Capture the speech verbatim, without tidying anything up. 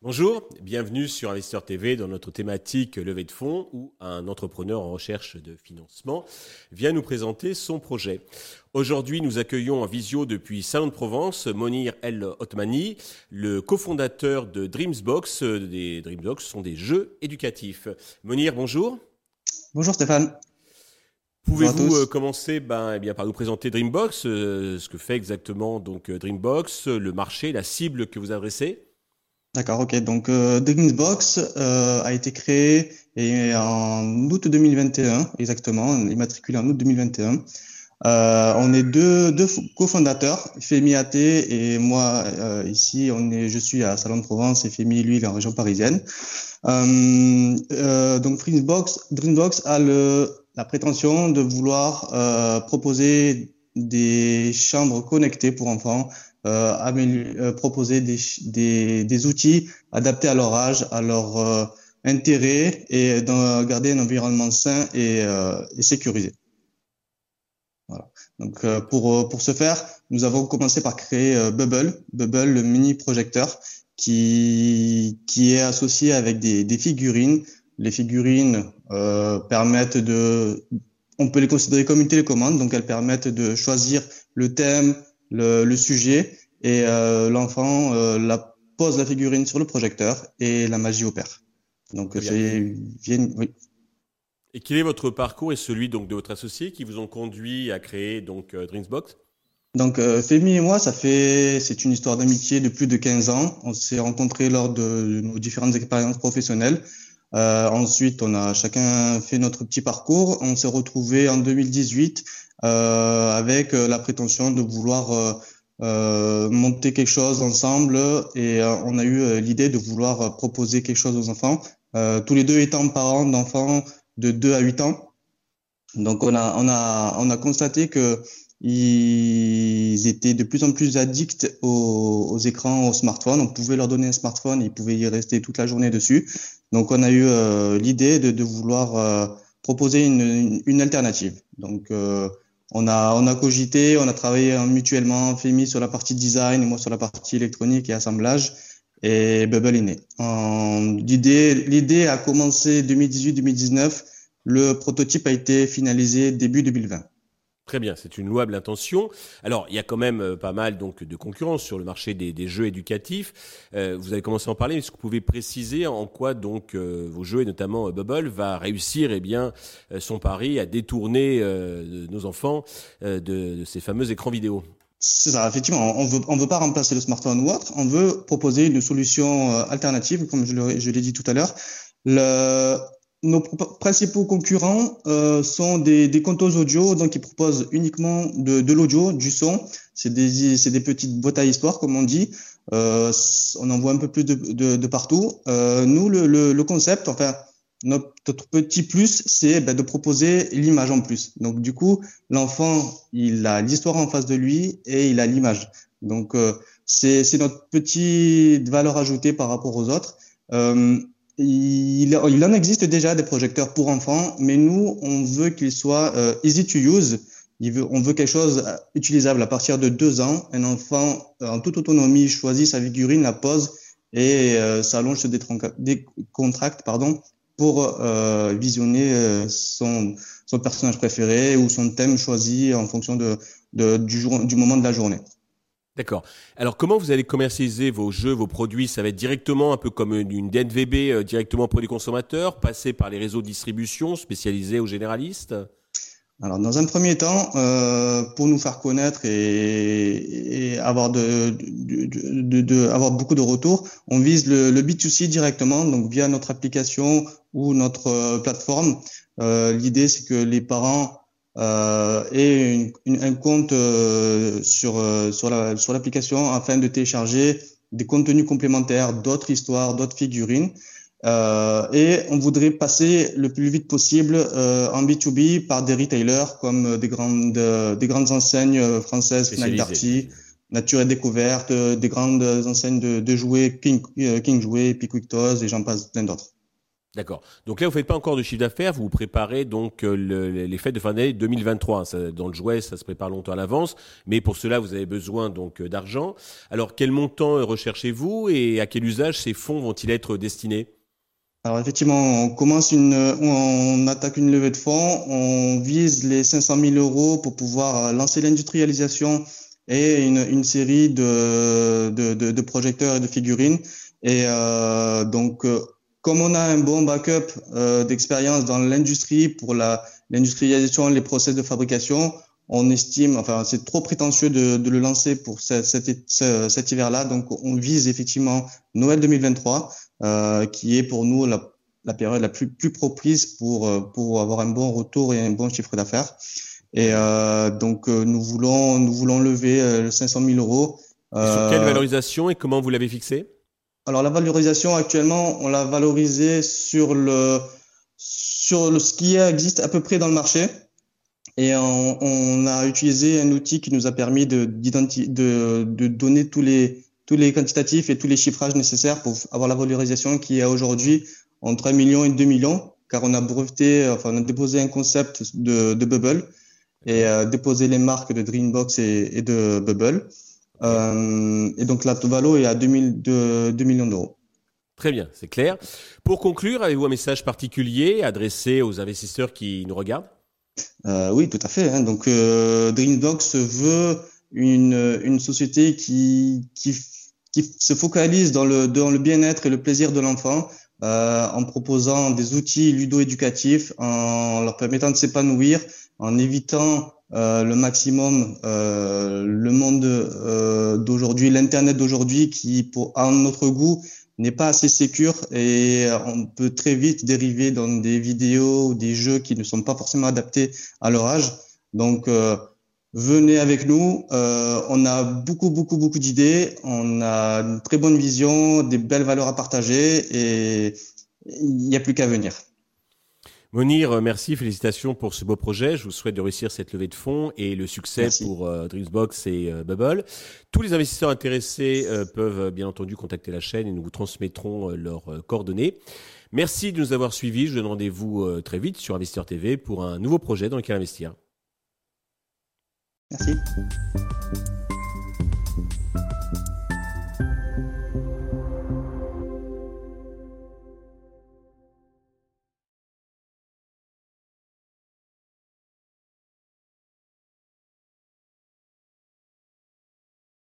Bonjour, bienvenue sur Investisseur T V dans notre thématique levée de fonds où un entrepreneur en recherche de financement vient nous présenter son projet. Aujourd'hui, nous accueillons en visio depuis Salon de Provence Monir El Othmani, le cofondateur de Dreamsbox. Les Dreamsbox sont des jeux éducatifs. Monir, bonjour. Bonjour Stéphane. Pouvez-vous commencer ben, eh bien, par nous présenter Dreamsbox, euh, ce que fait exactement donc Dreamsbox, le marché, la cible que vous adressez? D'accord, ok. Donc euh, Dreamsbox euh, a été créé et en août deux mille vingt et un, exactement, immatriculé en août deux mille vingt et un. Euh, on est deux, deux cofondateurs, Femi Até et moi euh, ici. On est, je suis à Salon de Provence et Femi, lui, il est en région parisienne. Euh, euh, donc Dreamsbox, Dreamsbox a le, la prétention de vouloir euh, proposer des chambres connectées pour enfants. Euh, améliorer, euh, proposer des, des, des outils adaptés à leur âge, à leur euh, intérêt et de garder un environnement sain et, euh, et sécurisé. Voilà. Donc euh, pour pour ce faire, nous avons commencé par créer euh, Bubble, Bubble le mini projecteur qui qui est associé avec des des figurines. Les figurines euh, permettent de, on peut les considérer comme une télécommande, donc elles permettent de choisir le thème, le, le sujet, et euh, l'enfant euh, la, pose la figurine sur le projecteur et la magie opère. Donc c'est viennent, oui. Et quel est votre parcours et celui donc de votre associé qui vous ont conduit à créer donc euh, Dreamsbox? Donc euh, Femi et moi, ça fait c'est une histoire d'amitié de plus de quinze ans. On s'est rencontrés lors de nos différentes expériences professionnelles. Euh, ensuite, on a chacun fait notre petit parcours. On s'est retrouvés en deux mille dix-huit euh, avec la prétention de vouloir euh, euh, monter quelque chose ensemble et euh, on a eu euh, l'idée de vouloir proposer quelque chose aux enfants. Euh, tous les deux étant parents d'enfants de deux à huit ans. Donc on a on a on a constaté que ils étaient de plus en plus addicts aux, aux écrans, aux smartphones. On pouvait leur donner un smartphone, ils pouvaient y rester toute la journée dessus. Donc, on a eu euh, l'idée de, de vouloir euh, proposer une, une, une alternative. Donc, euh, on a on a cogité, on a travaillé mutuellement, Femi sur la partie design et moi sur la partie électronique et assemblage. Et Bubble est né. En, l'idée l'idée a commencé deux mille dix-huit deux mille dix-neuf. Le prototype a été finalisé début deux mille vingt. Très bien, c'est une louable intention. Alors, il y a quand même pas mal donc de concurrence sur le marché des, des jeux éducatifs. Euh, vous avez commencé à en parler, mais est-ce que vous pouvez préciser en quoi donc euh, vos jeux, et notamment euh, Bubble, va réussir eh bien euh, son pari à détourner euh, nos enfants euh, de, de ces fameux écrans vidéo? C'est ça, effectivement, on veut, on veut pas remplacer le smartphone ou autre, on veut proposer une solution euh, alternative, comme je, le, je l'ai dit tout à l'heure. Le, Nos principaux concurrents euh, sont des, des contos audio, donc ils proposent uniquement de, de l'audio, du son. C'est des, c'est des petites boîtes à histoire, comme on dit. Euh, on en voit un peu plus de, de, de partout. Euh, nous, le, le, le concept, enfin notre, notre petit plus, c'est ben, de proposer l'image en plus. Donc du coup, l'enfant, il a l'histoire en face de lui et il a l'image. Donc euh, c'est, c'est notre petite valeur ajoutée par rapport aux autres. Euh, Il, il en existe déjà des projecteurs pour enfants, mais nous, on veut qu'ils soient euh, easy to use. Il veut, on veut quelque chose utilisable à partir de deux ans. Un enfant, euh, en toute autonomie, choisit sa figurine, la pose et euh, s'allonge, se décontracte, pardon, pour euh, visionner euh, son, son personnage préféré ou son thème choisi en fonction de, de, du, jour, du moment de la journée. D'accord. Alors, comment vous allez commercialiser vos jeux, vos produits? Ça va être directement, un peu comme une D N V B, euh, directement pour les consommateurs, passer par les réseaux de distribution spécialisés aux généralistes? Alors, dans un premier temps, euh, pour nous faire connaître et, et avoir de, de, de, de, de avoir beaucoup de retours, on vise le, le B deux C directement, donc via notre application ou notre euh, plateforme. Euh, l'idée, c'est que les parents Euh, et une, une, un compte euh, sur euh, sur la sur l'application afin de télécharger des contenus complémentaires, d'autres histoires, d'autres figurines. Euh, et on voudrait passer le plus vite possible euh, en B deux B par des retailers comme des grandes des grandes enseignes françaises, Fnac, Darty, Nature et Découverte, des grandes enseignes de, de jouets, King, King Jouets, Pickwick Toys et j'en passe plein d'autres. D'accord. Donc là, vous ne faites pas encore de chiffre d'affaires, vous vous préparez donc euh, le- les fêtes de fin d'année deux mille vingt-trois. Ça, dans le jouet, ça se prépare longtemps à l'avance, mais pour cela, vous avez besoin donc euh, d'argent. Alors, quel montant euh, recherchez-vous et à quel usage ces fonds vont-ils être destinés? Alors effectivement, on commence une, on attaque une levée de fonds, on vise les cinq cent mille euros pour pouvoir euh, lancer l'industrialisation et une, une série de, de, de, de projecteurs et de figurines. Et euh, donc, euh, comme on a un bon backup euh, d'expérience dans l'industrie pour la l'industrialisation, les process de fabrication, on estime, enfin c'est trop prétentieux de, de le lancer pour cet, cet, cet hiver-là. Donc, on vise effectivement Noël deux mille vingt-trois euh, qui est pour nous la, la période la plus, plus propice pour, euh, pour avoir un bon retour et un bon chiffre d'affaires. Et euh, donc, euh, nous voulons, nous voulons lever euh, cinq cent mille euros. Et sur quelle Euh, valorisation et comment vous l'avez fixé? alors, la valorisation, actuellement, on l'a valorisée sur le, sur le, ce qui existe à peu près dans le marché. Et on, on a utilisé un outil qui nous a permis de, d'identi- de, de donner tous les, tous les quantitatifs et tous les chiffrages nécessaires pour avoir la valorisation qui est aujourd'hui entre un million et deux millions, car on a breveté, enfin, on a déposé un concept de, de Bubble et D'accord. euh, déposé les marques de Dreambox et, et de Bubble. Ok. Euh, et donc, la valo est à deux mille, de- deux millions d'euros. Très bien, c'est clair. Pour conclure, avez-vous un message particulier adressé aux investisseurs qui nous regardent? Euh, oui, tout à fait, hein. Donc, euh, Dreambox veut une, une société qui, qui, qui se focalise dans le, dans le bien-être et le plaisir de l'enfant, euh, en proposant des outils ludo-éducatifs, en leur permettant de s'épanouir, en évitant euh, le maximum euh, le monde euh, d'aujourd'hui, l'Internet d'aujourd'hui, qui, pour, à notre goût, n'est pas assez sécure et on peut très vite dériver dans des vidéos ou des jeux qui ne sont pas forcément adaptés à leur âge. Donc, euh, venez avec nous. Euh, on a beaucoup, beaucoup, beaucoup d'idées. On a une très bonne vision, des belles valeurs à partager et il n'y a plus qu'à venir. Monir, euh, merci, félicitations pour ce beau projet. Je vous souhaite de réussir cette levée de fonds et le succès Merci. pour euh, Dreamsbox et euh, Bubble. Tous les investisseurs intéressés euh, peuvent euh, bien entendu contacter la chaîne et nous vous transmettrons euh, leurs euh, coordonnées. Merci de nous avoir suivis. Je vous donne rendez-vous euh, très vite sur Investisseur T V pour un nouveau projet dans lequel investir. Merci.